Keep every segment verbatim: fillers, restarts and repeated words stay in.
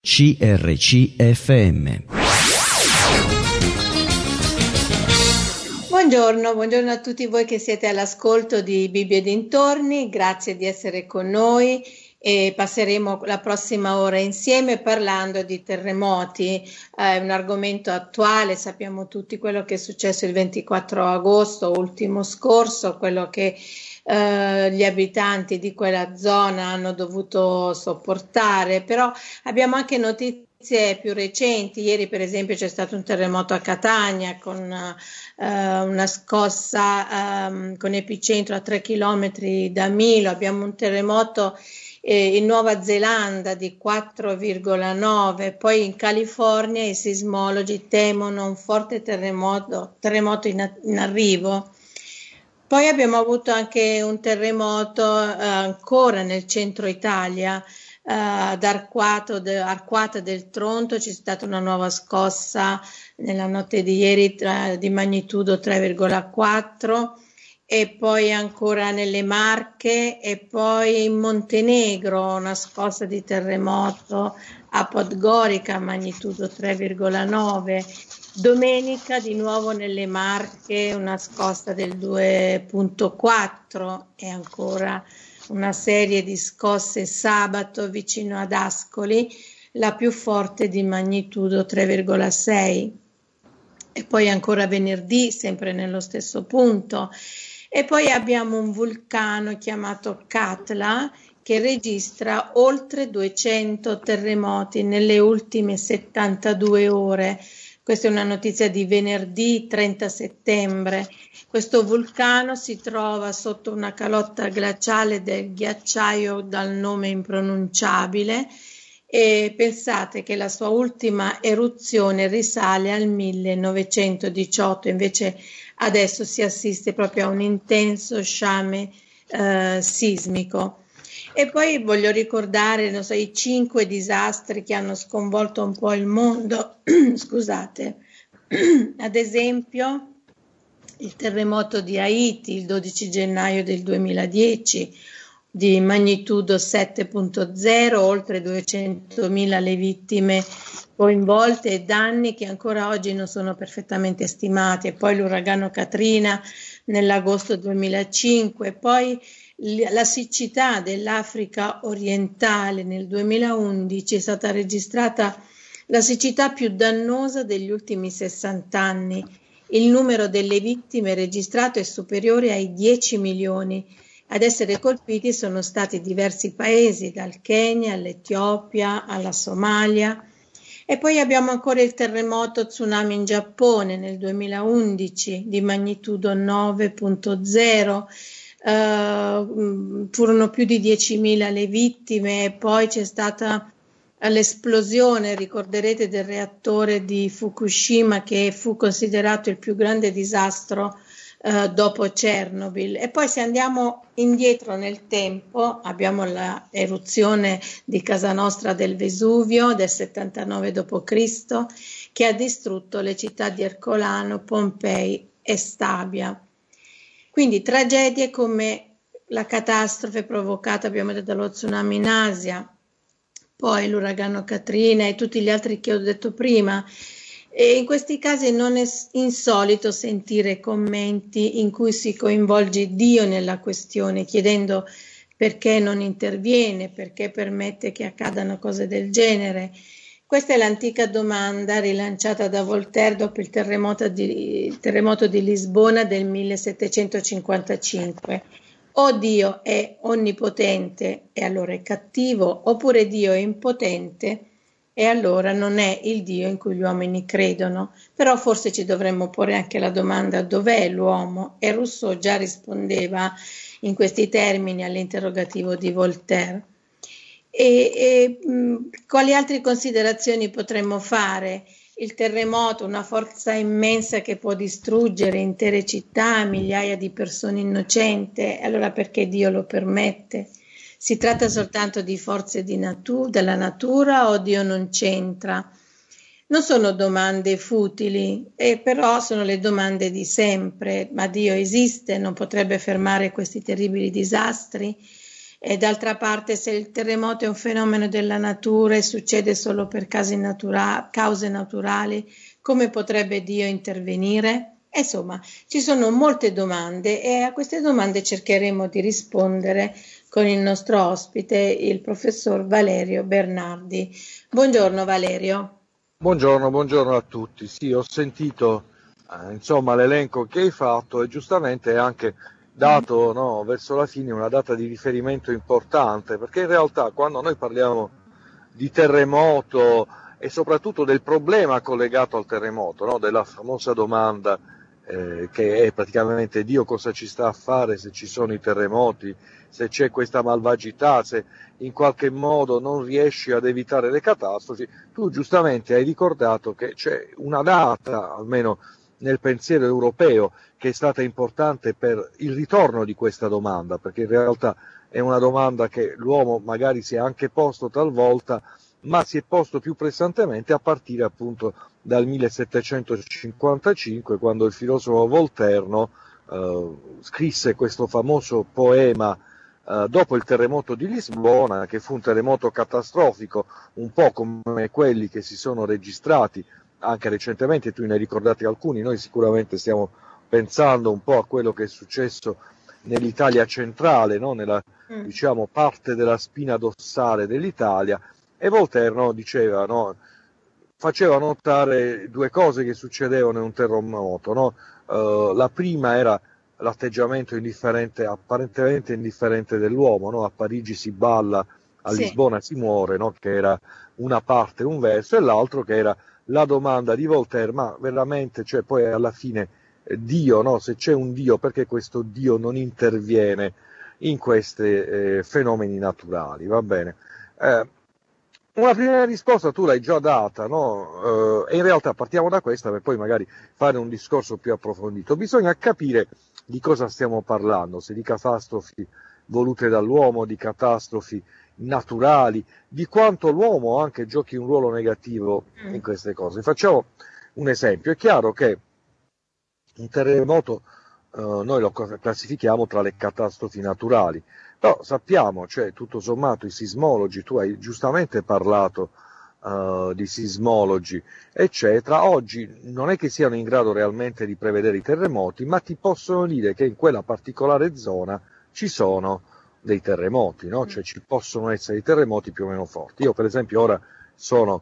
C R C F M. Buongiorno, buongiorno a tutti voi che siete all'ascolto di Bibbia e dintorni, grazie di essere con noi e passeremo la prossima ora insieme parlando di terremoti, è un argomento attuale, sappiamo tutti quello che è successo il ventiquattro agosto ultimo scorso, quello che eh, gli abitanti di quella zona hanno dovuto sopportare, però abbiamo anche notizie più recenti. Ieri per esempio c'è stato un terremoto a Catania con uh, una scossa um, con epicentro a tre chilometri da Milo, abbiamo un terremoto eh, in Nuova Zelanda di quattro virgola nove, poi in California i sismologi temono un forte terremoto, terremoto in, in arrivo. Poi abbiamo avuto anche un terremoto uh, ancora nel centro Italia. Uh, ad Arquato, de, Arquata del Tronto c'è stata una nuova scossa nella notte di ieri tra, di magnitudo tre virgola quattro e poi ancora nelle Marche e poi in Montenegro una scossa di terremoto a Podgorica magnitudo tre virgola nove. Domenica di nuovo nelle Marche una scossa del due virgola quattro e ancora una serie di scosse sabato vicino ad Ascoli, la più forte di magnitudo tre virgola sei. E poi ancora venerdì, sempre nello stesso punto. E poi abbiamo un vulcano chiamato Katla che registra oltre duecento terremoti nelle ultime settantadue ore. Questa è una notizia di venerdì trenta settembre. Questo vulcano si trova sotto una calotta glaciale del ghiacciaio dal nome impronunciabile e pensate che la sua ultima eruzione risale al millenovecentodiciotto, invece adesso si assiste proprio a un intenso sciame eh, sismico. E poi voglio ricordare, non so, i cinque disastri che hanno sconvolto un po' il mondo, scusate, ad esempio il terremoto di Haiti il dodici gennaio del duemiladieci di magnitudo sette virgola zero, oltre duecentomila le vittime coinvolte e danni che ancora oggi non sono perfettamente stimati, e poi l'uragano Katrina nell'agosto duemilacinque, poi la siccità dell'Africa orientale nel duemilaundici è stata registrata la siccità più dannosa degli ultimi sessanta anni. Il numero delle vittime registrato è superiore ai dieci milioni. Ad essere colpiti sono stati diversi paesi, dal Kenya all'Etiopia alla Somalia. E poi abbiamo ancora il terremoto tsunami in Giappone nel duemilaundici di magnitudo nove virgola zero. Uh, furono più di diecimila le vittime e poi c'è stata l'esplosione, ricorderete, del reattore di Fukushima che fu considerato il più grande disastro uh, dopo Chernobyl. E poi se andiamo indietro nel tempo abbiamo l'eruzione di casa nostra del Vesuvio del settantanove dopo Cristo che ha distrutto le città di Ercolano, Pompei e Stabia. Quindi tragedie come la catastrofe provocata, abbiamo detto, dallo tsunami in Asia, poi l'uragano Katrina e tutti gli altri che ho detto prima. E in questi casi non è insolito sentire commenti in cui si coinvolge Dio nella questione, chiedendo perché non interviene, perché permette che accadano cose del genere. Questa è l'antica domanda rilanciata da Voltaire dopo il terremoto di, il terremoto di Lisbona del millesettecentocinquantacinque. O Dio è onnipotente e allora è cattivo, oppure Dio è impotente e allora non è il Dio in cui gli uomini credono. Però forse ci dovremmo porre anche la domanda: dov'è l'uomo? E Rousseau già rispondeva in questi termini all'interrogativo di Voltaire. E, e mh, quali altre considerazioni potremmo fare? Il terremoto, una forza immensa che può distruggere intere città, migliaia di persone innocenti, allora perché Dio lo permette? Si tratta soltanto di forze di natu- della natura o Dio non c'entra? Non sono domande futili, eh, però sono le domande di sempre. Ma Dio esiste? Non potrebbe fermare questi terribili disastri? E d'altra parte, se il terremoto è un fenomeno della natura e succede solo per casi natura- cause naturali, come potrebbe Dio intervenire? Insomma, ci sono molte domande e a queste domande cercheremo di rispondere con il nostro ospite, il professor Valerio Bernardi. Buongiorno Valerio. Buongiorno, buongiorno a tutti. Sì, ho sentito eh, insomma l'elenco che hai fatto e giustamente hai anche dato, no, verso la fine una data di riferimento importante, perché in realtà quando noi parliamo di terremoto e soprattutto del problema collegato al terremoto, no, della famosa domanda eh, che è praticamente Dio cosa ci sta a fare se ci sono i terremoti, se c'è questa malvagità, se in qualche modo non riesci ad evitare le catastrofi, tu giustamente hai ricordato che c'è una data, almeno nel pensiero europeo, che è stata importante per il ritorno di questa domanda, perché in realtà è una domanda che l'uomo magari si è anche posto talvolta, ma si è posto più pressantemente a partire appunto dal millesettecentocinquantacinque, quando il filosofo Voltaire eh, scrisse questo famoso poema eh, dopo il terremoto di Lisbona, che fu un terremoto catastrofico, un po' come quelli che si sono registrati anche recentemente, tu ne hai ricordati alcuni, noi sicuramente stiamo pensando un po' a quello che è successo nell'Italia centrale, no? Nella Mm. diciamo, parte della spina dorsale dell'Italia, e Voltaire no, diceva, no, faceva notare due cose che succedevano in un terremoto. No? Uh, la prima era l'atteggiamento indifferente, apparentemente indifferente dell'uomo, no? A Parigi si balla, a Sì. Lisbona si muore, no? Che era una parte, un verso, e l'altro che era la domanda di Voltaire, ma veramente, cioè poi alla fine eh, Dio, no? Se c'è un Dio, perché questo Dio non interviene in questi eh, fenomeni naturali, va bene? Eh, una prima risposta tu l'hai già data, no? Eh, e in realtà partiamo da questa per poi magari fare un discorso più approfondito. Bisogna capire di cosa stiamo parlando, se di catastrofi volute dall'uomo, di catastrofi naturali, di quanto l'uomo anche giochi un ruolo negativo in queste cose. Facciamo un esempio. È chiaro che un terremoto eh, noi lo classifichiamo tra le catastrofi naturali, però sappiamo, cioè tutto sommato i sismologi, tu hai giustamente parlato uh, di sismologi, eccetera, oggi non è che siano in grado realmente di prevedere i terremoti, ma ti possono dire che in quella particolare zona ci sono dei terremoti, no? Cioè ci possono essere dei terremoti più o meno forti. Io per esempio ora sono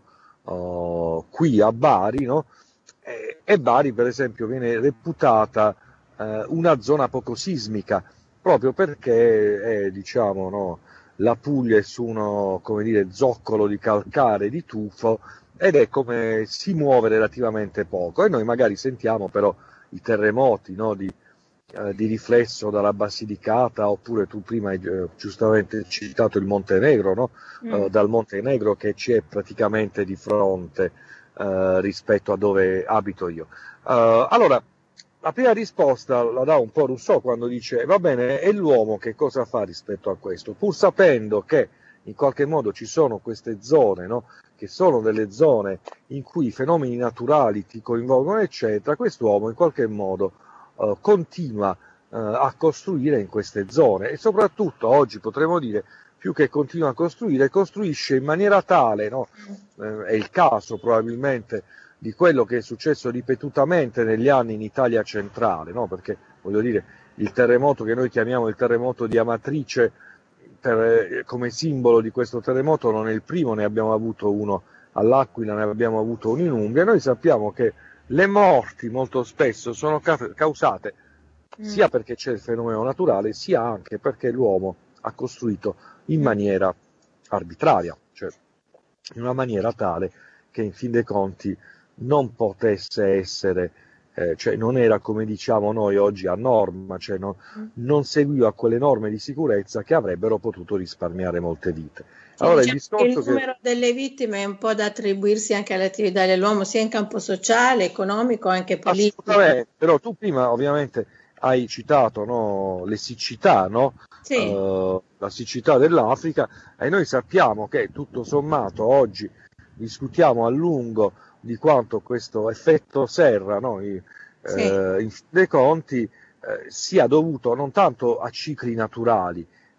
uh, qui a Bari, no? E, e Bari per esempio viene reputata uh, una zona poco sismica, proprio perché è, diciamo, no, la Puglia è su uno, come dire, zoccolo di calcare, di tufo, ed è come si muove relativamente poco, e noi magari sentiamo però i terremoti, no, di, eh, di riflesso dalla Basilicata, oppure tu prima hai eh, giustamente citato il Montenegro, no? Mm. eh, dal Montenegro che ci è praticamente di fronte eh, rispetto a dove abito io. Uh, allora, la prima risposta la dà un po' Rousseau quando dice va bene, e l'uomo che cosa fa rispetto a questo? Pur sapendo che in qualche modo ci sono queste zone, no? Che sono delle zone in cui i fenomeni naturali ti coinvolgono, eccetera, quest'uomo in qualche modo eh, continua eh, a costruire in queste zone, e soprattutto oggi potremmo dire più che continua a costruire, costruisce in maniera tale, no? eh, è il caso probabilmente di quello che è successo ripetutamente negli anni in Italia centrale, no? Perché voglio dire, il terremoto che noi chiamiamo il terremoto di Amatrice, per, eh, come simbolo di questo terremoto, non è il primo, ne abbiamo avuto uno all'Aquila, ne abbiamo avuto uno in Umbria. Noi sappiamo che le morti molto spesso sono ca- causate sia perché c'è il fenomeno naturale, sia anche perché l'uomo ha costruito in maniera arbitraria, cioè in una maniera tale che in fin dei conti non potesse essere, eh, cioè non era come diciamo noi oggi a norma, cioè non, non seguiva quelle norme di sicurezza che avrebbero potuto risparmiare molte vite. Sì, allora diciamo il discorso il numero che... delle vittime è un po' da attribuirsi anche alle attività dell'uomo, sia in campo sociale, economico, anche politico. Assolutamente, però tu prima ovviamente hai citato, no, le siccità, no? Sì. Uh, la siccità dell'Africa, e noi sappiamo che tutto sommato oggi discutiamo a lungo di quanto questo effetto serra, no? I, Sì. eh, in fin dei conti eh, sia dovuto non tanto a cicli naturali,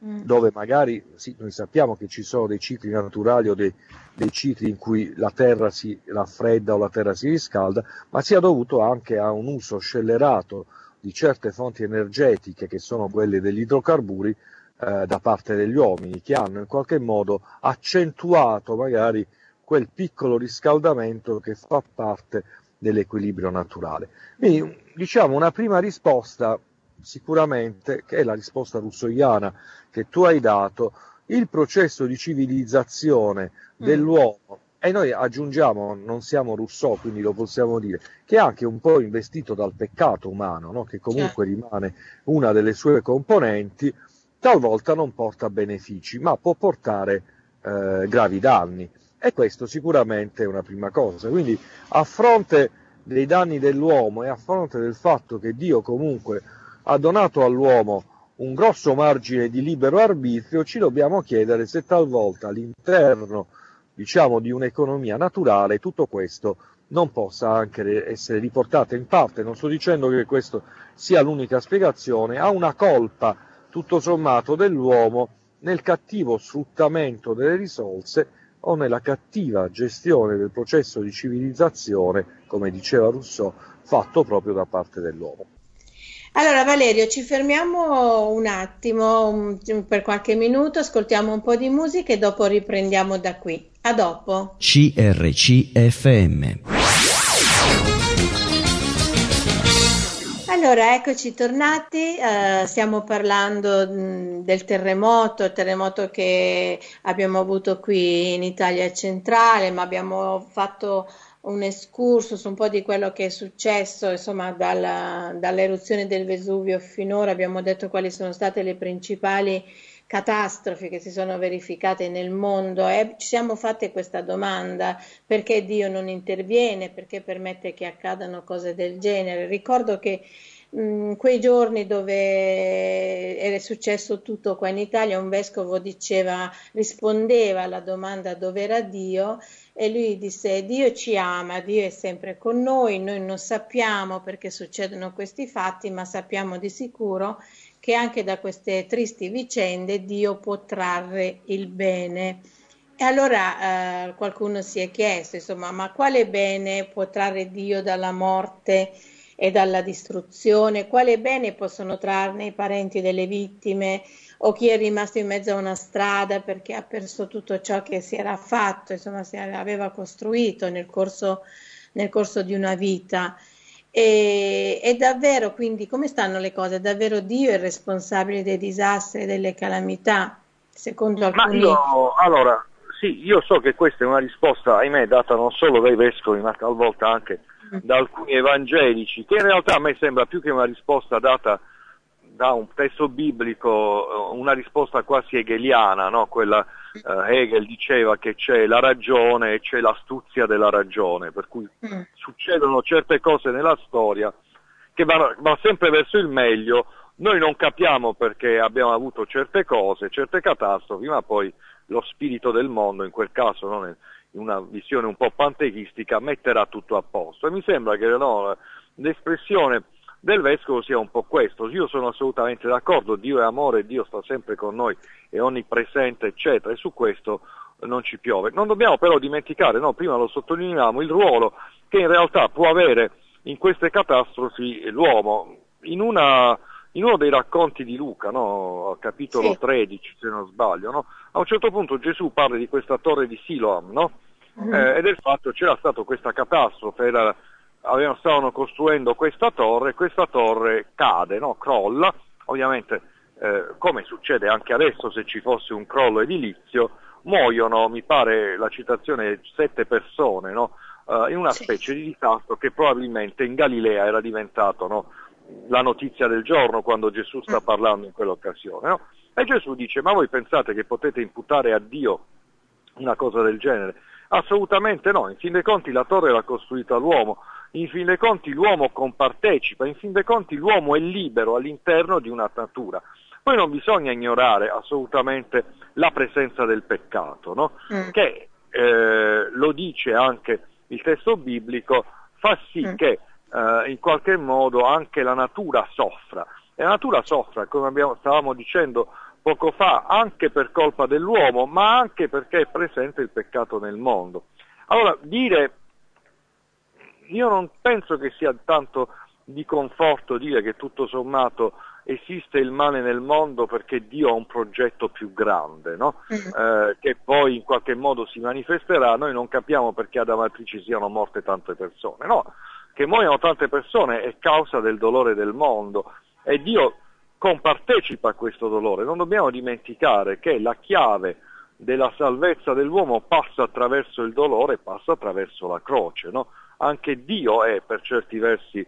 mm. dove magari sì, noi sappiamo che ci sono dei cicli naturali o dei, dei cicli in cui la terra si raffredda o la terra si riscalda, ma sia dovuto anche a un uso scellerato di certe fonti energetiche che sono quelle degli idrocarburi eh, da parte degli uomini, che hanno in qualche modo accentuato magari quel piccolo riscaldamento che fa parte dell'equilibrio naturale. Quindi diciamo una prima risposta sicuramente, che è la risposta russoiana che tu hai dato, il processo di civilizzazione dell'uomo, e noi aggiungiamo, non siamo Rousseau, quindi lo possiamo dire, che è anche un po' investito dal peccato umano, no? Che comunque rimane una delle sue componenti, talvolta non porta benefici, ma può portare eh, gravi danni. E questo sicuramente è una prima cosa. Quindi a fronte dei danni dell'uomo e a fronte del fatto che Dio comunque ha donato all'uomo un grosso margine di libero arbitrio, ci dobbiamo chiedere se talvolta all'interno, diciamo, di un'economia naturale tutto questo non possa anche essere riportato in parte. Non sto dicendo che questa sia l'unica spiegazione, ha una colpa tutto sommato dell'uomo nel cattivo sfruttamento delle risorse o nella cattiva gestione del processo di civilizzazione, come diceva Rousseau, fatto proprio da parte dell'uomo. Allora Valerio, ci fermiamo un attimo un, per qualche minuto, ascoltiamo un po' di musica e dopo riprendiamo da qui. A dopo. C R C F M. Allora, eccoci tornati, eh, stiamo parlando mh, del terremoto, il terremoto che abbiamo avuto qui in Italia centrale, ma abbiamo fatto un excursus su un po' di quello che è successo, insomma, dalla, dall'eruzione del Vesuvio finora, abbiamo detto quali sono state le principali catastrofi che si sono verificate nel mondo e ci siamo fatte questa domanda: perché Dio non interviene, perché permette che accadano cose del genere? Ricordo che mh, quei giorni dove era successo tutto qua in Italia, un vescovo diceva, rispondeva alla domanda dove era Dio, e lui disse: Dio ci ama, Dio è sempre con noi, noi non sappiamo perché succedono questi fatti, ma sappiamo di sicuro che anche da queste tristi vicende Dio può trarre il bene. E allora eh, qualcuno si è chiesto, insomma, ma quale bene può trarre Dio dalla morte e dalla distruzione? Quale bene possono trarne i parenti delle vittime o chi è rimasto in mezzo a una strada perché ha perso tutto ciò che si era fatto, insomma, si aveva costruito nel corso, nel corso di una vita? E, e davvero, quindi, come stanno le cose? Davvero Dio è responsabile dei disastri e delle calamità, secondo alcuni? Ma io, allora, sì, io so che questa è una risposta, ahimè, data non solo dai vescovi, ma talvolta anche mm. da alcuni evangelici, che in realtà a me sembra più che una risposta data da un testo biblico, una risposta quasi hegeliana, no? Quella uh, Hegel diceva che c'è la ragione e c'è l'astuzia della ragione, per cui mm. succedono certe cose nella storia che vanno, va sempre verso il meglio, noi non capiamo perché abbiamo avuto certe cose, certe catastrofi, ma poi lo spirito del mondo, in quel caso no, in una visione un po' panteistica, metterà tutto a posto. E mi sembra che no, l'espressione del vescovo sia un po' questo. Io sono assolutamente d'accordo, Dio è amore, Dio sta sempre con noi, è onnipresente, eccetera, e su questo non ci piove. Non dobbiamo però dimenticare, no, prima lo sottolineiamo, il ruolo che in realtà può avere in queste catastrofi l'uomo. In, una, in uno dei racconti di Luca, no, al capitolo sì. tredici, se non sbaglio, no, a un certo punto Gesù parla di questa torre di Siloam, no, mm-hmm. eh, e del fatto che c'era stata questa catastrofe, era avevano, stavano costruendo questa torre, questa torre cade, no? Crolla, ovviamente eh, come succede anche adesso se ci fosse un crollo edilizio, muoiono, mi pare la citazione, sette persone, no? uh, in una specie di disastro che probabilmente in Galilea era diventato, no? la notizia del giorno quando Gesù sta parlando in quell'occasione. No? E Gesù dice: ma voi pensate che potete imputare a Dio una cosa del genere? Assolutamente no, in fin dei conti la torre l'ha costruita l'uomo, in fin dei conti l'uomo compartecipa, in fin dei conti l'uomo è libero all'interno di una natura. Poi non bisogna ignorare assolutamente la presenza del peccato, no? mm. che eh, lo dice anche il testo biblico, fa sì mm. che eh, in qualche modo anche la natura soffra. E la natura soffra, come abbiamo, stavamo dicendo poco fa, anche per colpa dell'uomo, ma anche perché è presente il peccato nel mondo. Allora, dire, io non penso che sia tanto di conforto dire che tutto sommato esiste il male nel mondo perché Dio ha un progetto più grande, no? eh, che poi in qualche modo si manifesterà. Noi non capiamo perché ad Amatrice siano morte tante persone, no? Che muoiono tante persone è causa del dolore del mondo e Dio compartecipa a questo dolore. Non dobbiamo dimenticare che la chiave della salvezza dell'uomo passa attraverso il dolore, passa attraverso la croce, no? Anche Dio è per certi versi,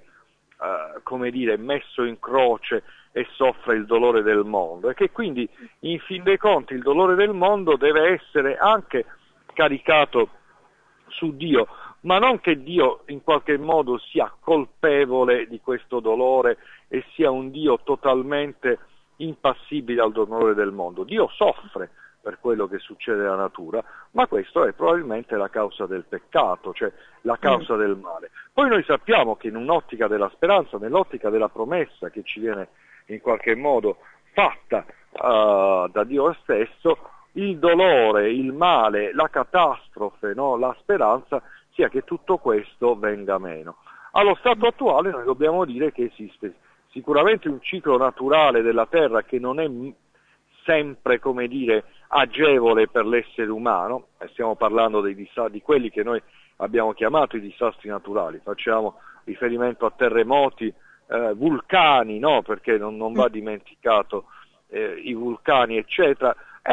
eh, come dire, messo in croce e soffre il dolore del mondo, e che quindi in fin dei conti il dolore del mondo deve essere anche caricato su Dio, ma non che Dio in qualche modo sia colpevole di questo dolore e sia un Dio totalmente impassibile al dolore del mondo. Dio soffre per quello che succede nella natura, ma questo è probabilmente la causa del peccato, cioè la causa del male. Poi noi sappiamo che in un'ottica della speranza, nell'ottica della promessa che ci viene in qualche modo fatta uh, da Dio stesso, il dolore, il male, la catastrofe, no? La speranza sia che tutto questo venga meno. Allo stato attuale noi dobbiamo dire che esiste sicuramente un ciclo naturale della Terra che non è sempre, come dire, agevole per l'essere umano, e stiamo parlando dei disa- di quelli che noi abbiamo chiamato i disastri naturali, facciamo riferimento a terremoti, eh, vulcani, no? Perché non, non va dimenticato eh, i vulcani, eccetera, e,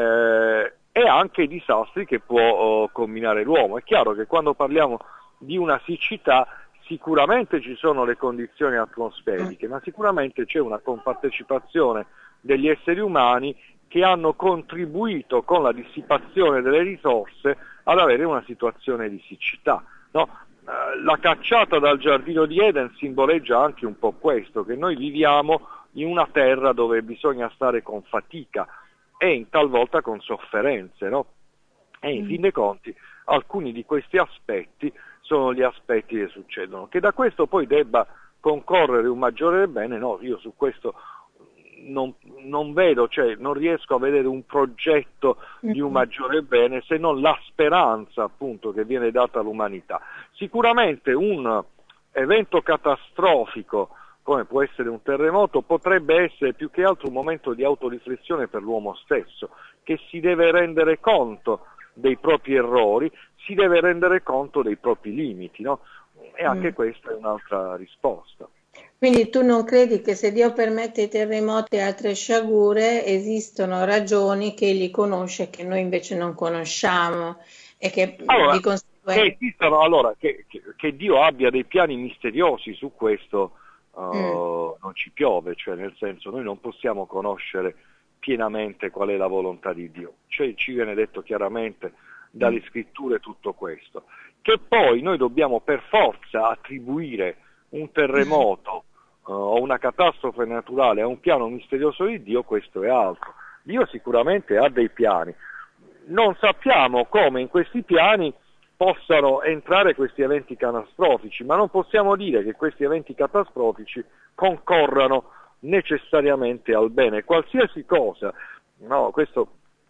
eh, e anche i disastri che può oh, combinare l'uomo. È chiaro che quando parliamo di una siccità sicuramente ci sono le condizioni atmosferiche, ma sicuramente c'è una compartecipazione degli esseri umani che hanno contribuito con la dissipazione delle risorse ad avere una situazione di siccità, no? La cacciata dal giardino di Eden simboleggia anche un po' questo, che noi viviamo in una terra dove bisogna stare con fatica e in talvolta con sofferenze, no? E in fin dei conti alcuni di questi aspetti sono gli aspetti che succedono. Che da questo poi debba concorrere un maggiore bene, no, io su questo non, non vedo, cioè non riesco a vedere un progetto di un maggiore bene se non la speranza appunto che viene data all'umanità. Sicuramente un evento catastrofico come può essere un terremoto potrebbe essere più che altro un momento di autoriflessione per l'uomo stesso, che si deve rendere conto dei propri errori, si deve rendere conto dei propri limiti, no? E anche mm. questa è un'altra risposta. Quindi tu non credi che se Dio permette i terremoti e altre sciagure esistono ragioni che Egli conosce che noi invece non conosciamo e che allora, di conseguenza... Che esistano, allora, che, che, che Dio abbia dei piani misteriosi su questo uh, mm. non ci piove, cioè nel senso noi non possiamo conoscere pienamente qual è la volontà di Dio, cioè ci viene detto chiaramente dalle mm. scritture tutto questo, che poi noi dobbiamo per forza attribuire un terremoto uh, o una catastrofe naturale a un piano misterioso di Dio, questo è altro. Dio sicuramente ha dei piani, non sappiamo come in questi piani possano entrare questi eventi catastrofici, ma non possiamo dire che questi eventi catastrofici concorrano necessariamente al bene, qualsiasi cosa, no, questo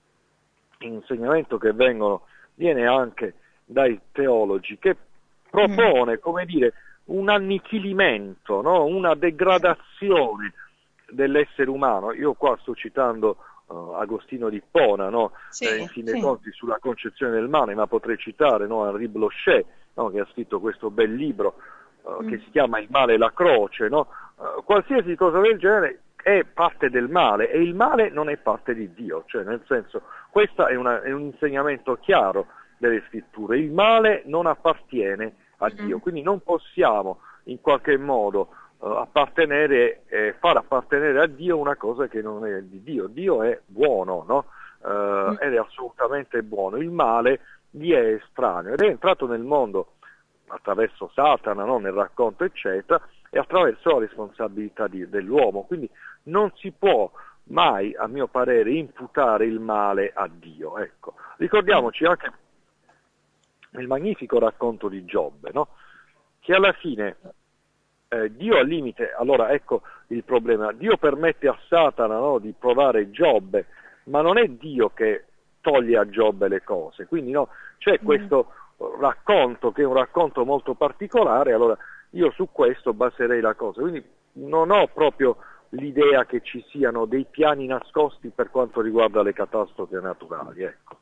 insegnamento che vengono, viene anche dai teologi, che propone, come dire, un annichilimento, no? Una degradazione dell'essere umano. Io qua sto citando uh, Agostino di Ippona, no? Sì, eh, in fin dei sì. conti sulla concezione del male, ma potrei citare, no, Henri Blocher, no? Che ha scritto questo bel libro uh, mm. che si chiama Il male e la croce, no? Uh, qualsiasi cosa del genere è parte del male e il male non è parte di Dio, cioè nel senso, questo è, una, è un insegnamento chiaro delle scritture, il male non appartiene a Dio, quindi non possiamo in qualche modo uh, appartenere, eh, far appartenere a Dio una cosa che non è di Dio. Dio è buono, no? Uh, ed è assolutamente buono, il male gli è estraneo ed è entrato nel mondo attraverso Satana, no? Nel racconto eccetera, e attraverso la responsabilità di, dell'uomo, quindi non si può mai, a mio parere, imputare il male a Dio. Ecco. Ricordiamoci anche il magnifico racconto di Giobbe, no? Che alla fine eh, Dio al limite, allora ecco il problema, Dio permette a Satana, no, di provare Giobbe, ma non è Dio che toglie a Giobbe le cose, quindi no, c'è questo racconto che è un racconto molto particolare, allora io su questo baserei la cosa, quindi non ho proprio l'idea che ci siano dei piani nascosti per quanto riguarda le catastrofi naturali, ecco.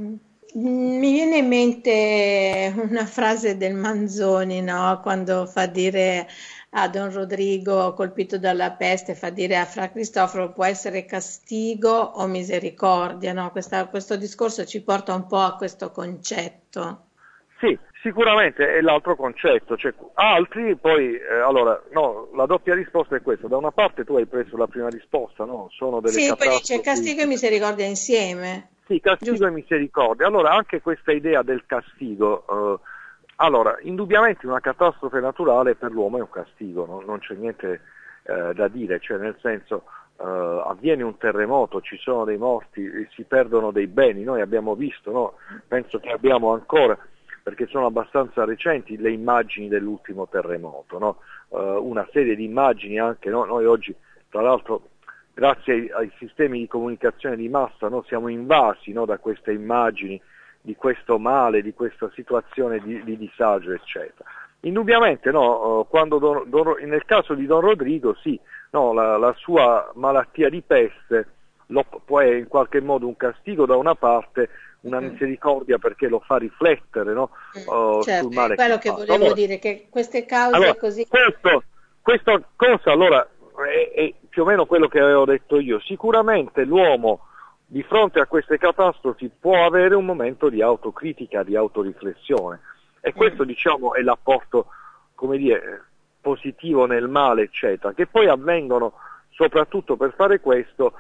Mi viene in mente una frase del Manzoni, no? Quando fa dire a Don Rodrigo, colpito dalla peste, fa dire a Fra Cristoforo: può essere castigo o misericordia, no? Questa, questo discorso ci porta un po' a questo concetto. Sì, sicuramente è l'altro concetto, cioè, altri poi, eh, allora, no, la doppia risposta è questa, da una parte tu hai preso la prima risposta, no? Sono delle Sì, poi catastrofi... dice castigo e misericordia insieme. Sì, castigo Giusto. e misericordia, allora anche questa idea del castigo, eh, allora, indubbiamente una catastrofe naturale per l'uomo è un castigo, no? Non c'è niente eh, da dire, cioè nel senso... Uh, avviene un terremoto, ci sono dei morti, si perdono dei beni, noi abbiamo visto, no? Penso che abbiamo ancora, perché sono abbastanza recenti, le immagini dell'ultimo terremoto, no? uh, una serie di immagini anche, no? Noi oggi tra l'altro grazie ai, ai sistemi di comunicazione di massa, no? Siamo invasi, no? Da queste immagini di questo male, di questa situazione di, di disagio eccetera. Indubbiamente no, quando Don, Don, nel caso di Don Rodrigo sì, no, la, la sua malattia di peste lo, può è in qualche modo un castigo da una parte, una misericordia perché lo fa riflettere, no, uh, certo, sul male è quello che, che fa. volevo Allora, dire, che queste cause allora, così... Questo, questa cosa allora è, è più o meno quello che avevo detto io, sicuramente l'uomo di fronte a queste catastrofi può avere un momento di autocritica, di autoriflessione. E questo diciamo è l'apporto, come dire, positivo nel male, eccetera, che poi avvengono soprattutto per fare questo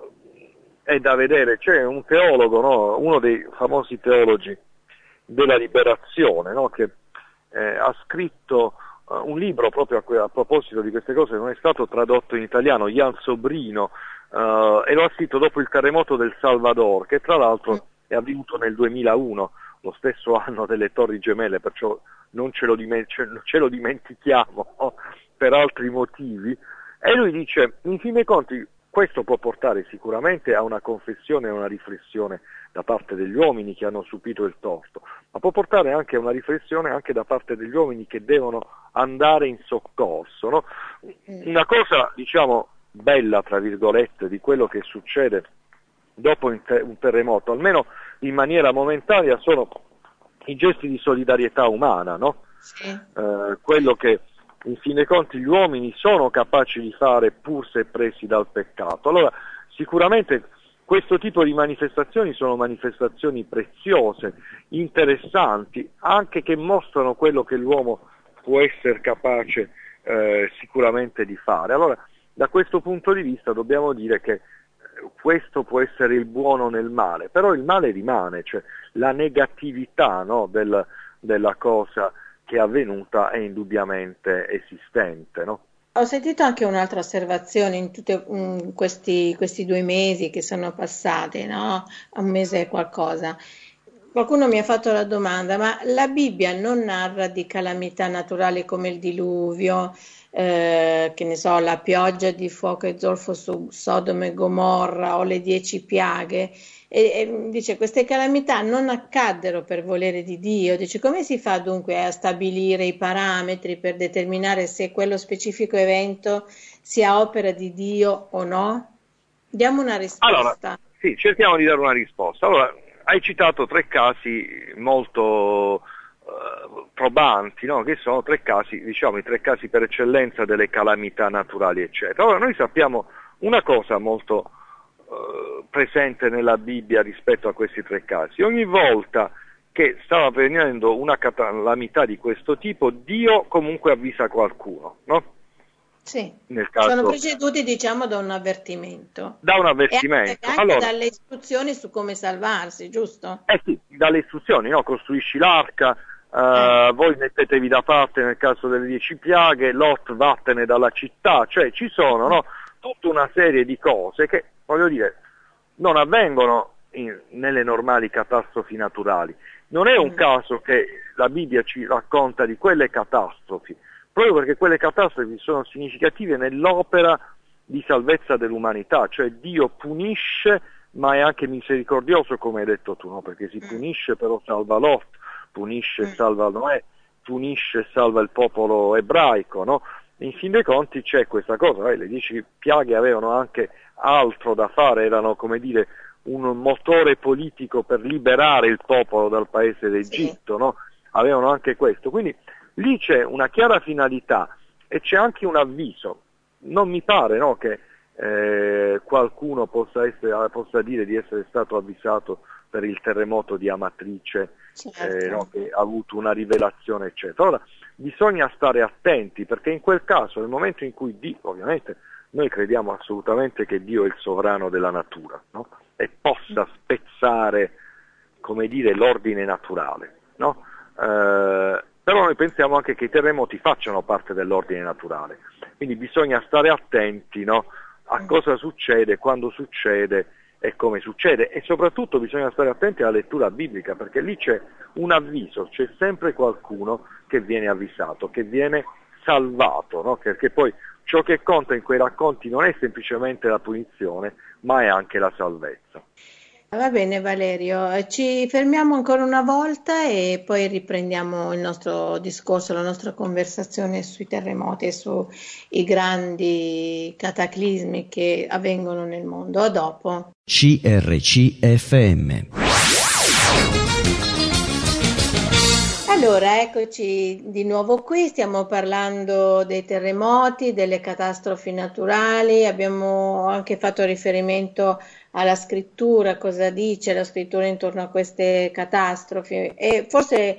è da vedere. C'è un teologo, no? Uno dei famosi teologi della liberazione, no? Che eh, ha scritto uh, un libro proprio a, a proposito di queste cose, non è stato tradotto in italiano, Jan Sobrino, uh, e lo ha scritto dopo il terremoto del Salvador, che tra l'altro è avvenuto nel duemilauno, lo stesso anno delle Torri Gemelle, perciò non ce lo, diment- ce lo dimentichiamo, no? Per altri motivi. E lui dice, in fin dei conti, questo può portare sicuramente a una confessione e una riflessione da parte degli uomini che hanno subito il torto, ma può portare anche a una riflessione anche da parte degli uomini che devono andare in soccorso, no? Una cosa, diciamo, bella, tra virgolette, di quello che succede dopo un, te- un terremoto, almeno in maniera momentanea, sono i gesti di solidarietà umana, no? Sì. Eh, quello che in fin dei conti gli uomini sono capaci di fare pur se presi dal peccato. Allora sicuramente questo tipo di manifestazioni sono manifestazioni preziose, interessanti, anche che mostrano quello che l'uomo può essere capace eh, sicuramente di fare. Allora da questo punto di vista dobbiamo dire che questo può essere il buono nel male, però il male rimane, cioè la negatività, no, del, della cosa che è avvenuta è indubbiamente esistente, no? Ho sentito anche un'altra osservazione in tutti um, questi, questi due mesi che sono passati, no? Un mese e qualcosa. Qualcuno mi ha fatto la domanda, ma la Bibbia non narra di calamità naturali come il diluvio, eh, che ne so, la pioggia di fuoco e zolfo su Sodoma e Gomorra o le dieci piaghe? E, e dice, queste calamità non accaddero per volere di Dio. Dice, come si fa dunque a stabilire i parametri per determinare se quello specifico evento sia opera di Dio o no? Diamo una risposta. Allora, sì, cerchiamo di dare una risposta. Allora, hai citato tre casi molto uh, probanti, no? Che sono tre casi, diciamo, i tre casi per eccellenza delle calamità naturali, eccetera. Ora, noi sappiamo una cosa molto uh, presente nella Bibbia rispetto a questi tre casi. Ogni volta che stava avvenendo una calamità di questo tipo, Dio comunque avvisa qualcuno, no? Sì, Nel caso, sono preceduti, diciamo, da un avvertimento. Da un avvertimento. E anche, anche allora, dalle istruzioni su come salvarsi, giusto? Eh sì, dalle istruzioni, no? Costruisci l'arca, eh, eh. voi mettetevi da parte nel caso delle dieci piaghe, Lot vattene dalla città, cioè ci sono, no? Tutta una serie di cose che, voglio dire, non avvengono in, nelle normali catastrofi naturali. Non è un mm. caso che la Bibbia ci racconta di quelle catastrofi proprio perché quelle catastrofi sono significative nell'opera di salvezza dell'umanità, cioè Dio punisce ma è anche misericordioso, come hai detto tu, no? Perché si punisce però salva Lot, punisce e salva Noè, punisce e salva il popolo ebraico, no? In fin dei conti c'è questa cosa, eh? Le dieci piaghe avevano anche altro da fare, erano come dire un motore politico per liberare il popolo dal paese d'Egitto, no? Avevano anche questo, quindi lì c'è una chiara finalità e c'è anche un avviso. Non mi pare, no, che eh, qualcuno possa, essere, possa dire di essere stato avvisato per il terremoto di Amatrice, certo. eh, no, che ha avuto una rivelazione, eccetera. Ora, bisogna stare attenti, perché in quel caso, nel momento in cui Dio, ovviamente, noi crediamo assolutamente che Dio è il sovrano della natura, no? E possa spezzare, come dire, l'ordine naturale, no? Eh, però noi pensiamo anche che i terremoti facciano parte dell'ordine naturale, quindi bisogna stare attenti, no, a cosa succede, quando succede e come succede, e soprattutto bisogna stare attenti alla lettura biblica, perché lì c'è un avviso, c'è sempre qualcuno che viene avvisato, che viene salvato, no? Perché poi ciò che conta in quei racconti non è semplicemente la punizione, ma è anche la salvezza. Va bene Valerio, ci fermiamo ancora una volta e poi riprendiamo il nostro discorso, la nostra conversazione sui terremoti e sui grandi cataclismi che avvengono nel mondo. A dopo. C R C F M. Allora, eccoci di nuovo qui, stiamo parlando dei terremoti, delle catastrofi naturali, abbiamo anche fatto riferimento alla scrittura, cosa dice la scrittura intorno a queste catastrofi e forse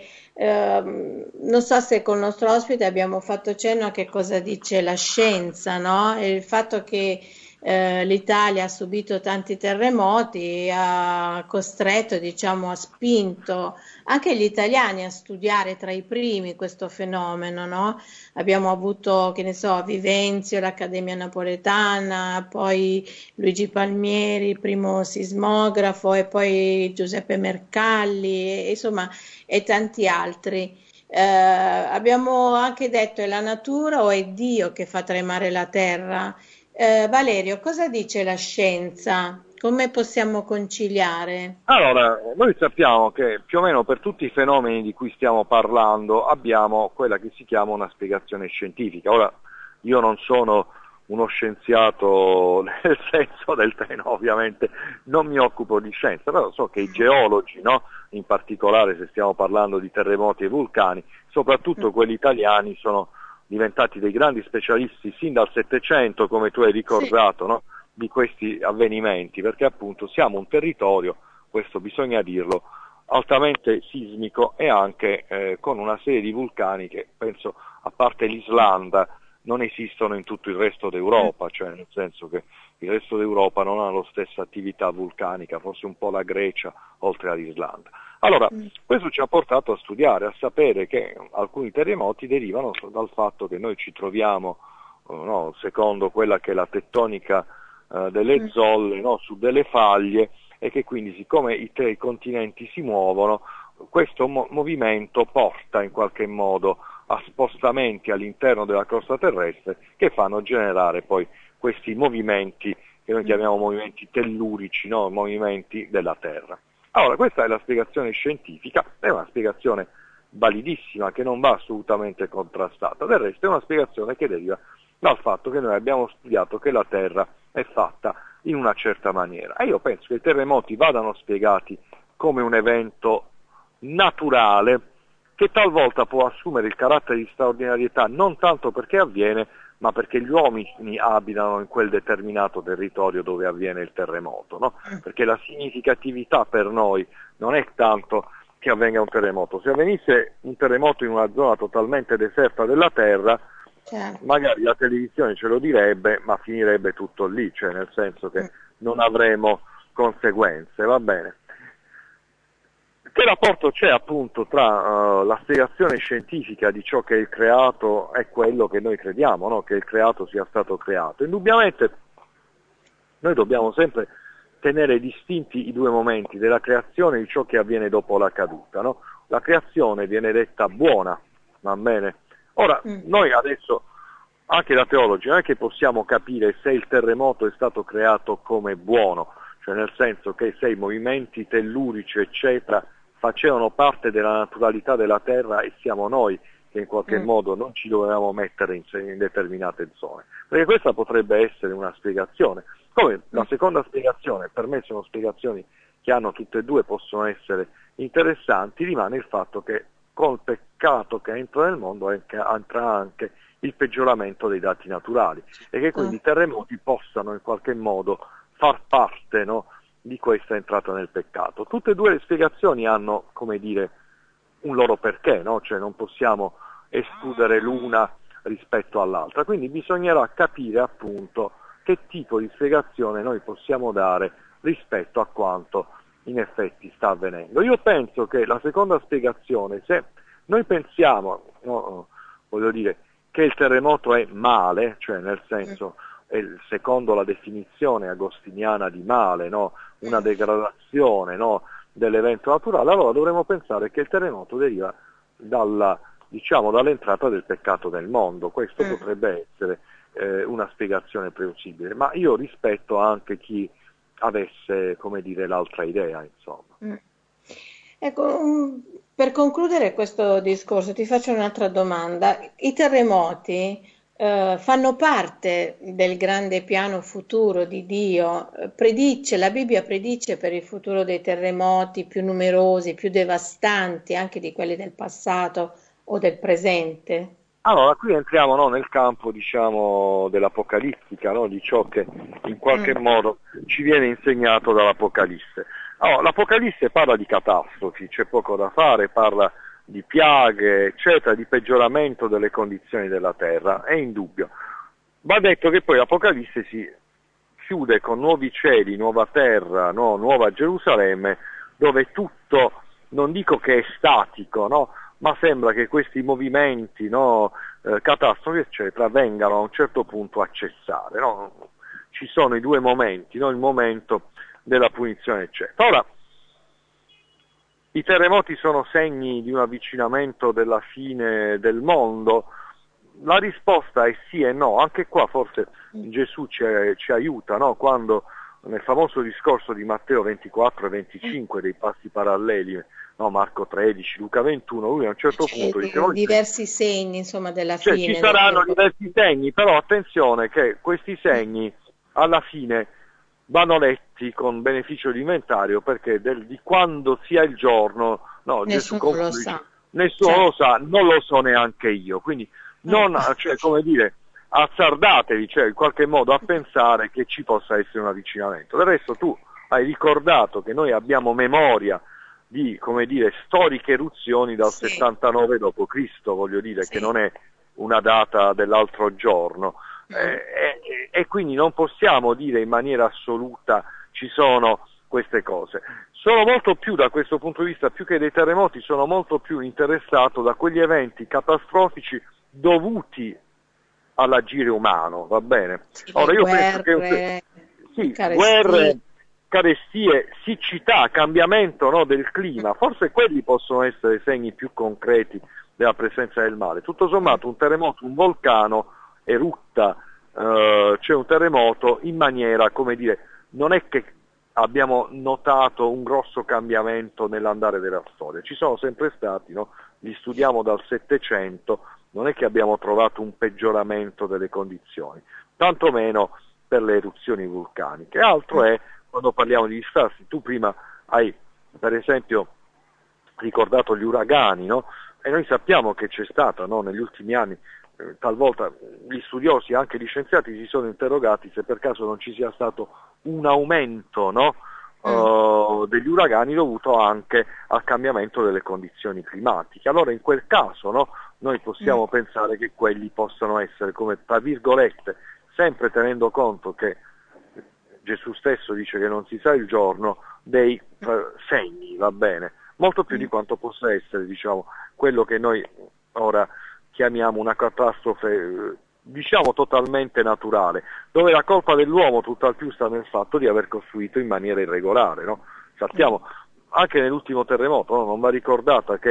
ehm, non so se con il nostro ospite abbiamo fatto cenno a che cosa dice la scienza, no? E il fatto che eh, l'Italia ha subito tanti terremoti ha costretto, diciamo, ha spinto anche gli italiani a studiare tra i primi questo fenomeno, no? Abbiamo avuto, che ne so, Vivenzio, l'Accademia Napoletana, poi Luigi Palmieri, primo sismografo, e poi Giuseppe Mercalli, e, insomma, e tanti altri. Eh, abbiamo anche detto: è la natura o è Dio che fa tremare la terra? Eh, Valerio, cosa dice la scienza? Come possiamo conciliare? Allora, noi sappiamo che più o meno per tutti i fenomeni di cui stiamo parlando abbiamo quella che si chiama una spiegazione scientifica. Ora, io non sono uno scienziato nel senso del treno, ovviamente non mi occupo di scienza, però so che i geologi, no? In particolare se stiamo parlando di terremoti e vulcani, soprattutto quelli italiani, sono diventati dei grandi specialisti sin dal Settecento, come tu hai ricordato, sì. No? Di questi avvenimenti, perché appunto siamo un territorio, questo bisogna dirlo, altamente sismico e anche eh, con una serie di vulcani che penso, a parte l'Islanda, non esistono in tutto il resto d'Europa, cioè nel senso che il resto d'Europa non ha la stessa attività vulcanica, forse un po' la Grecia oltre all'Islanda. Allora, questo ci ha portato a studiare, a sapere che alcuni terremoti derivano dal fatto che noi ci troviamo, no, secondo quella che è la tettonica eh, delle zolle, no, su delle faglie, e che quindi siccome i tre continenti si muovono, questo mo- movimento porta in qualche modo a spostamenti all'interno della crosta terrestre che fanno generare poi questi movimenti che noi chiamiamo movimenti tellurici, no? Movimenti della Terra. Allora, questa è la spiegazione scientifica, è una spiegazione validissima che non va assolutamente contrastata, del resto è una spiegazione che deriva dal fatto che noi abbiamo studiato che la Terra è fatta in una certa maniera, e io penso che i terremoti vadano spiegati come un evento naturale che talvolta può assumere il carattere di straordinarietà non tanto perché avviene, ma perché gli uomini abitano in quel determinato territorio dove avviene il terremoto, no? Perché la significatività per noi non è tanto che avvenga un terremoto. Se avvenisse un terremoto in una zona totalmente deserta della Terra, certo, magari la televisione ce lo direbbe, ma finirebbe tutto lì, cioè nel senso che non avremo conseguenze, va bene. Che rapporto c'è appunto tra uh, la spiegazione scientifica di ciò che è il creato e quello che noi crediamo, no? Che il creato sia stato creato? Indubbiamente noi dobbiamo sempre tenere distinti i due momenti della creazione e di ciò che avviene dopo la caduta, no? La creazione viene detta buona, va bene? Ora, Mm. noi adesso, anche da teologi, non è che possiamo capire se il terremoto è stato creato come buono, cioè nel senso che se i movimenti tellurici, eccetera, facevano parte della naturalità della Terra e siamo noi che in qualche Mm. modo non ci dovevamo mettere in, in determinate zone. Perché questa potrebbe essere una spiegazione. Come la seconda spiegazione, per me sono spiegazioni che hanno tutte e due, possono essere interessanti, rimane il fatto che col peccato che entra nel mondo entra anche il peggioramento dei dati naturali e che quindi i terremoti possano in qualche modo far parte, no, di questa entrata nel peccato. Tutte e due le spiegazioni hanno, come dire, un loro perché, no? Cioè non possiamo escludere l'una rispetto all'altra, quindi bisognerà capire appunto che tipo di spiegazione noi possiamo dare rispetto a quanto in effetti sta avvenendo. Io penso che la seconda spiegazione, se noi pensiamo, no, voglio dire, che il terremoto è male, cioè nel senso, è secondo la definizione agostiniana di male, no, una degradazione, no, dell'evento naturale, allora dovremmo pensare che il terremoto deriva dalla, diciamo, dall'entrata del peccato nel mondo. Questo potrebbe essere eh, una spiegazione plausibile, ma io rispetto anche chi avesse, come dire, l'altra idea, insomma. Mm. Ecco, um, per concludere questo discorso ti faccio un'altra domanda. I terremoti eh, fanno parte del grande piano futuro di Dio? Eh, Predice, la Bibbia predice per il futuro dei terremoti più numerosi, più devastanti anche di quelli del passato o del presente? Allora, qui entriamo, no, nel campo, diciamo, dell'apocalittica, no, di ciò che in qualche Mm. modo ci viene insegnato dall'Apocalisse. Allora, l'Apocalisse parla di catastrofi, c'è poco da fare, parla di piaghe, eccetera, di peggioramento delle condizioni della terra, è indubbio. Va detto che poi l'Apocalisse si chiude con nuovi cieli, nuova terra, no, nuova Gerusalemme, dove tutto, non dico che è statico, no, ma sembra che questi movimenti, no, eh, catastrofi, eccetera, vengano a un certo punto a cessare. No? Ci sono i due momenti, no? Il momento della punizione, eccetera. Ora, i terremoti sono segni di un avvicinamento della fine del mondo? La risposta è sì e no. Anche qua forse Gesù ci, ci aiuta, no? Quando nel famoso discorso di Matteo ventiquattro e venticinque dei passi paralleli, no, Marco tredici, Luca ventuno, lui a un certo punto dice, Eh, diversi segni, insomma, della cioè, fine. ci saranno del- diversi segni, però attenzione che questi segni alla fine vanno letti con beneficio di inventario, perché del, di quando sia il giorno, no, Gesù Nessuno lo conclude, sa. nessuno Certo. lo sa, non lo so neanche io, quindi non, cioè, come dire, azzardatevi, cioè, in qualche modo a pensare che ci possa essere un avvicinamento. Del resto tu hai ricordato che noi abbiamo memoria di, come dire, storiche eruzioni dal Sì. settantanove dopo Cristo, voglio dire, Sì. che non è una data dell'altro giorno, Mm. eh, e, e quindi non possiamo dire in maniera assoluta ci sono queste cose. Sono molto più, da questo punto di vista, più che dei terremoti, sono molto più interessato da quegli eventi catastrofici dovuti all'agire umano, va bene? Sì, Ora io guerre, penso che sì, carestie. guerre, carestie, siccità, cambiamento, no, del clima, forse quelli possono essere segni più concreti della presenza del male. Tutto sommato un terremoto, un vulcano erutta, eh, c'è un terremoto in maniera, come dire, non è che abbiamo notato un grosso cambiamento nell'andare della storia, ci sono sempre stati, no? Li studiamo dal Settecento, non è che abbiamo trovato un peggioramento delle condizioni, tantomeno per le eruzioni vulcaniche. Altro è quando parliamo di disastri. Tu prima hai, per esempio, ricordato gli uragani, no? E noi sappiamo che c'è stata, no, negli ultimi anni, eh, talvolta gli studiosi, anche gli scienziati, si sono interrogati se per caso non ci sia stato un aumento, no, uh, degli uragani dovuto anche al cambiamento delle condizioni climatiche. Allora in quel caso, no, noi possiamo mm. pensare che quelli possano essere, come tra virgolette, sempre tenendo conto che Gesù stesso dice che non si sa il giorno, dei eh, segni, va bene, molto più di quanto possa essere, diciamo, quello che noi ora chiamiamo una catastrofe, diciamo, totalmente naturale, dove la colpa dell'uomo tutt'al più sta nel fatto di aver costruito in maniera irregolare, no? Sappiamo, anche nell'ultimo terremoto, no? Non va ricordata che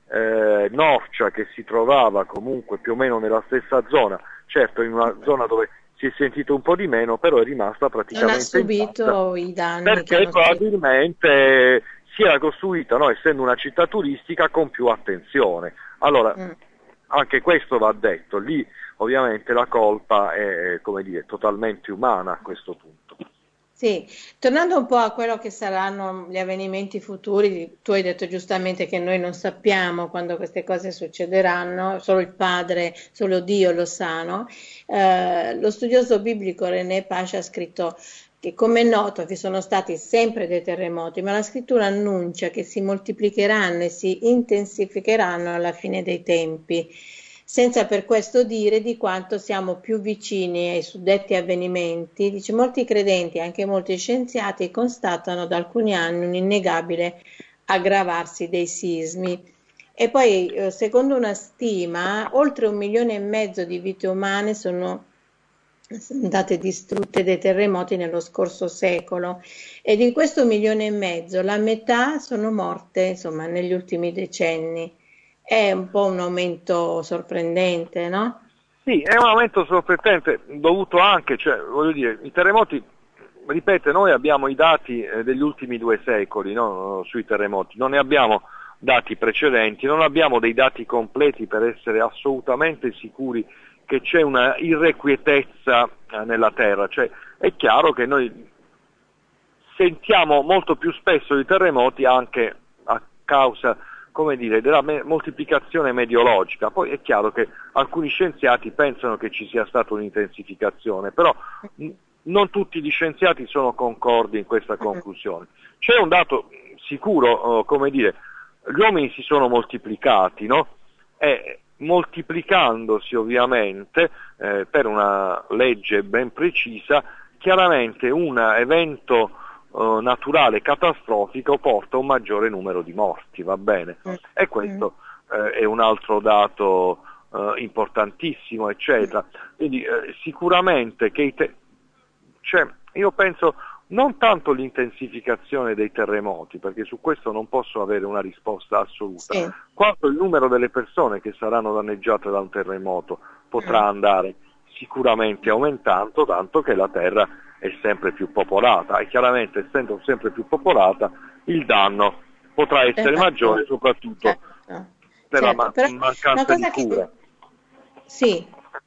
eh, Norcia, che si trovava comunque più o meno nella stessa zona, certo in una zona dove si è sentito un po' di meno, però è rimasta praticamente non ha subito intatta, i danni perché che probabilmente si era costruita, no, essendo una città turistica, con più attenzione. Allora, mm. anche questo va detto, lì ovviamente la colpa è, come dire, totalmente umana a questo punto. Sì, tornando un po' a quello che saranno gli avvenimenti futuri, tu hai detto giustamente che noi non sappiamo quando queste cose succederanno, solo il Padre, solo Dio lo sa, no? Eh, lo studioso biblico René Pasha ha scritto che, come è noto, vi sono stati sempre dei terremoti, ma la scrittura annuncia che si moltiplicheranno e si intensificheranno alla fine dei tempi, senza per questo dire di quanto siamo più vicini ai suddetti avvenimenti. Dice, molti credenti, anche molti scienziati, constatano da alcuni anni un innegabile aggravarsi dei sismi. E poi, secondo una stima, oltre un milione e mezzo di vite umane sono andate distrutte dai terremoti nello scorso secolo, e di questo milione e mezzo la metà sono morte, insomma, negli ultimi decenni. È un po' un aumento sorprendente, no? Sì, è un aumento sorprendente dovuto anche, cioè, voglio dire, i terremoti, ripeto, noi abbiamo i dati eh, degli ultimi due secoli, no, sui terremoti, non ne abbiamo dati precedenti, non abbiamo dei dati completi per essere assolutamente sicuri che c'è una irrequietezza eh, nella Terra, cioè è chiaro che noi sentiamo molto più spesso i terremoti anche a causa, come dire, della me- moltiplicazione meteorologica. Poi è chiaro che alcuni scienziati pensano che ci sia stata un'intensificazione, però n- non tutti gli scienziati sono concordi in questa conclusione. C'è un dato sicuro, oh, come dire, gli uomini si sono moltiplicati, no? E moltiplicandosi ovviamente eh, per una legge ben precisa, chiaramente un evento Uh, naturale catastrofico porta un maggiore numero di morti, va bene? E questo uh, è un altro dato uh, importantissimo, eccetera. Quindi uh, sicuramente che i te- cioè, io penso non tanto l'intensificazione dei terremoti, perché su questo non posso avere una risposta assoluta, sì, quanto il numero delle persone che saranno danneggiate da un terremoto potrà andare sicuramente aumentando, tanto che la Terra è sempre più popolata, e chiaramente essendo sempre più popolata il danno potrà essere certo maggiore, soprattutto certo. per certo. la ma- mancanza di cura. Che... Sì,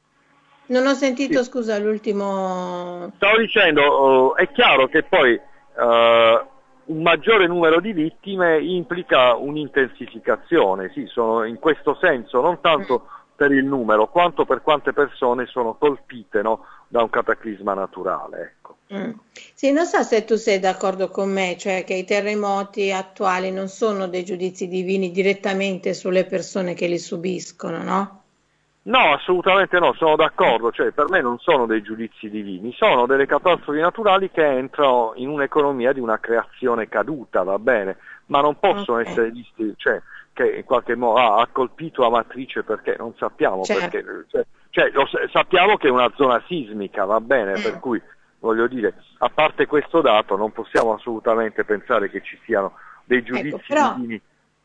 non ho sentito, sì. Scusa, l'ultimo... Stavo dicendo, uh, è chiaro che poi uh, un maggiore numero di vittime implica un'intensificazione, sì, sono in questo senso, non tanto mm. per il numero, quanto per quante persone sono colpite, no, da un cataclisma naturale, ecco. Mm. Sì, non so se tu sei d'accordo con me, cioè che i terremoti attuali non sono dei giudizi divini direttamente sulle persone che li subiscono, no? No, assolutamente no, sono d'accordo, cioè per me non sono dei giudizi divini, sono delle catastrofi naturali che entrano in un'economia di una creazione caduta, va bene, ma non possono okay. essere visti, cioè che in qualche modo ah, ha colpito la matrice perché non sappiamo, certo. perché, cioè, cioè, lo, sappiamo che è una zona sismica, va bene, mm. per cui voglio dire, a parte questo dato non possiamo assolutamente pensare che ci siano dei giudizi ecco, però... divini.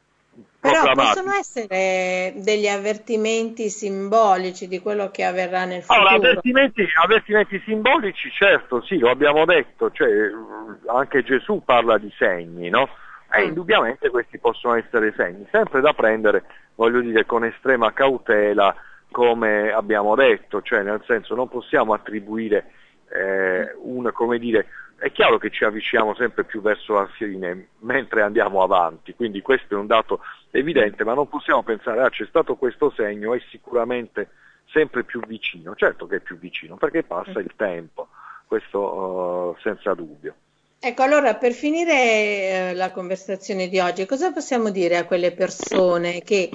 Però possono essere degli avvertimenti simbolici di quello che avverrà nel futuro. Allora, avvertimenti, avvertimenti simbolici, certo, sì, lo abbiamo detto, cioè anche Gesù parla di segni, no? E indubbiamente questi possono essere segni, sempre da prendere, voglio dire, con estrema cautela, come abbiamo detto, cioè nel senso non possiamo attribuire eh, un, come dire, è chiaro che ci avviciniamo sempre più verso la fine mentre andiamo avanti, quindi questo è un dato evidente, ma non possiamo pensare, ah, c'è stato questo segno, è sicuramente sempre più vicino. Certo che è più vicino, perché passa il tempo, questo uh, senza dubbio. Ecco, allora per finire eh, la conversazione di oggi, cosa possiamo dire a quelle persone che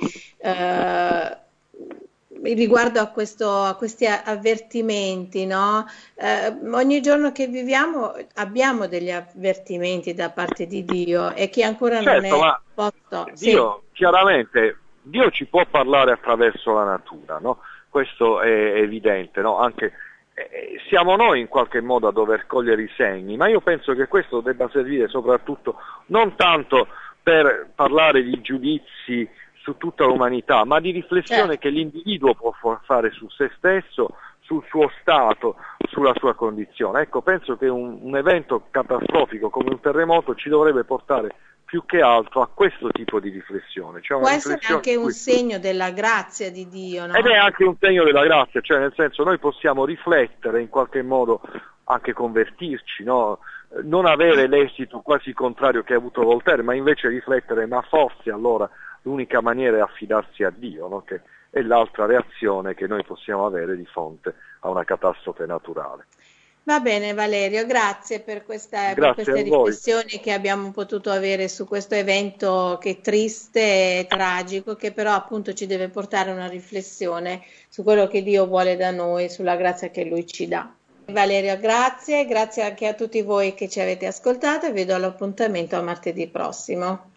eh, riguardo a, questo, a questi avvertimenti, no? Eh, ogni giorno che viviamo abbiamo degli avvertimenti da parte di Dio e chi ancora certo, non è ma posto... Dio, sì. chiaramente, Dio ci può parlare attraverso la natura, no? Questo è evidente, no? Anche eh, siamo noi in qualche modo a dover cogliere i segni, ma io penso che questo debba servire soprattutto non tanto per parlare di giudizi su tutta l'umanità, ma di riflessione certo. che l'individuo può fare su se stesso, sul suo stato, sulla sua condizione. Ecco, penso che un, un evento catastrofico come un terremoto ci dovrebbe portare più che altro a questo tipo di riflessione. Cioè Può una essere riflessione anche un cui... segno della grazia di Dio, no? Ed è anche un segno della grazia, cioè nel senso noi possiamo riflettere, in qualche modo anche convertirci, no? Non avere l'esito quasi contrario che ha avuto Voltaire, ma invece riflettere, ma forse allora l'unica maniera è affidarsi a Dio, no? Che è l'altra reazione che noi possiamo avere di fronte a una catastrofe naturale. Va bene Valerio, grazie per, questa, per Grazie queste a voi. riflessioni che abbiamo potuto avere su questo evento che è triste e tragico, che però appunto ci deve portare a una riflessione su quello che Dio vuole da noi, sulla grazia che Lui ci dà. Valerio, grazie, grazie anche a tutti voi che ci avete ascoltato e vi do l'appuntamento a martedì prossimo.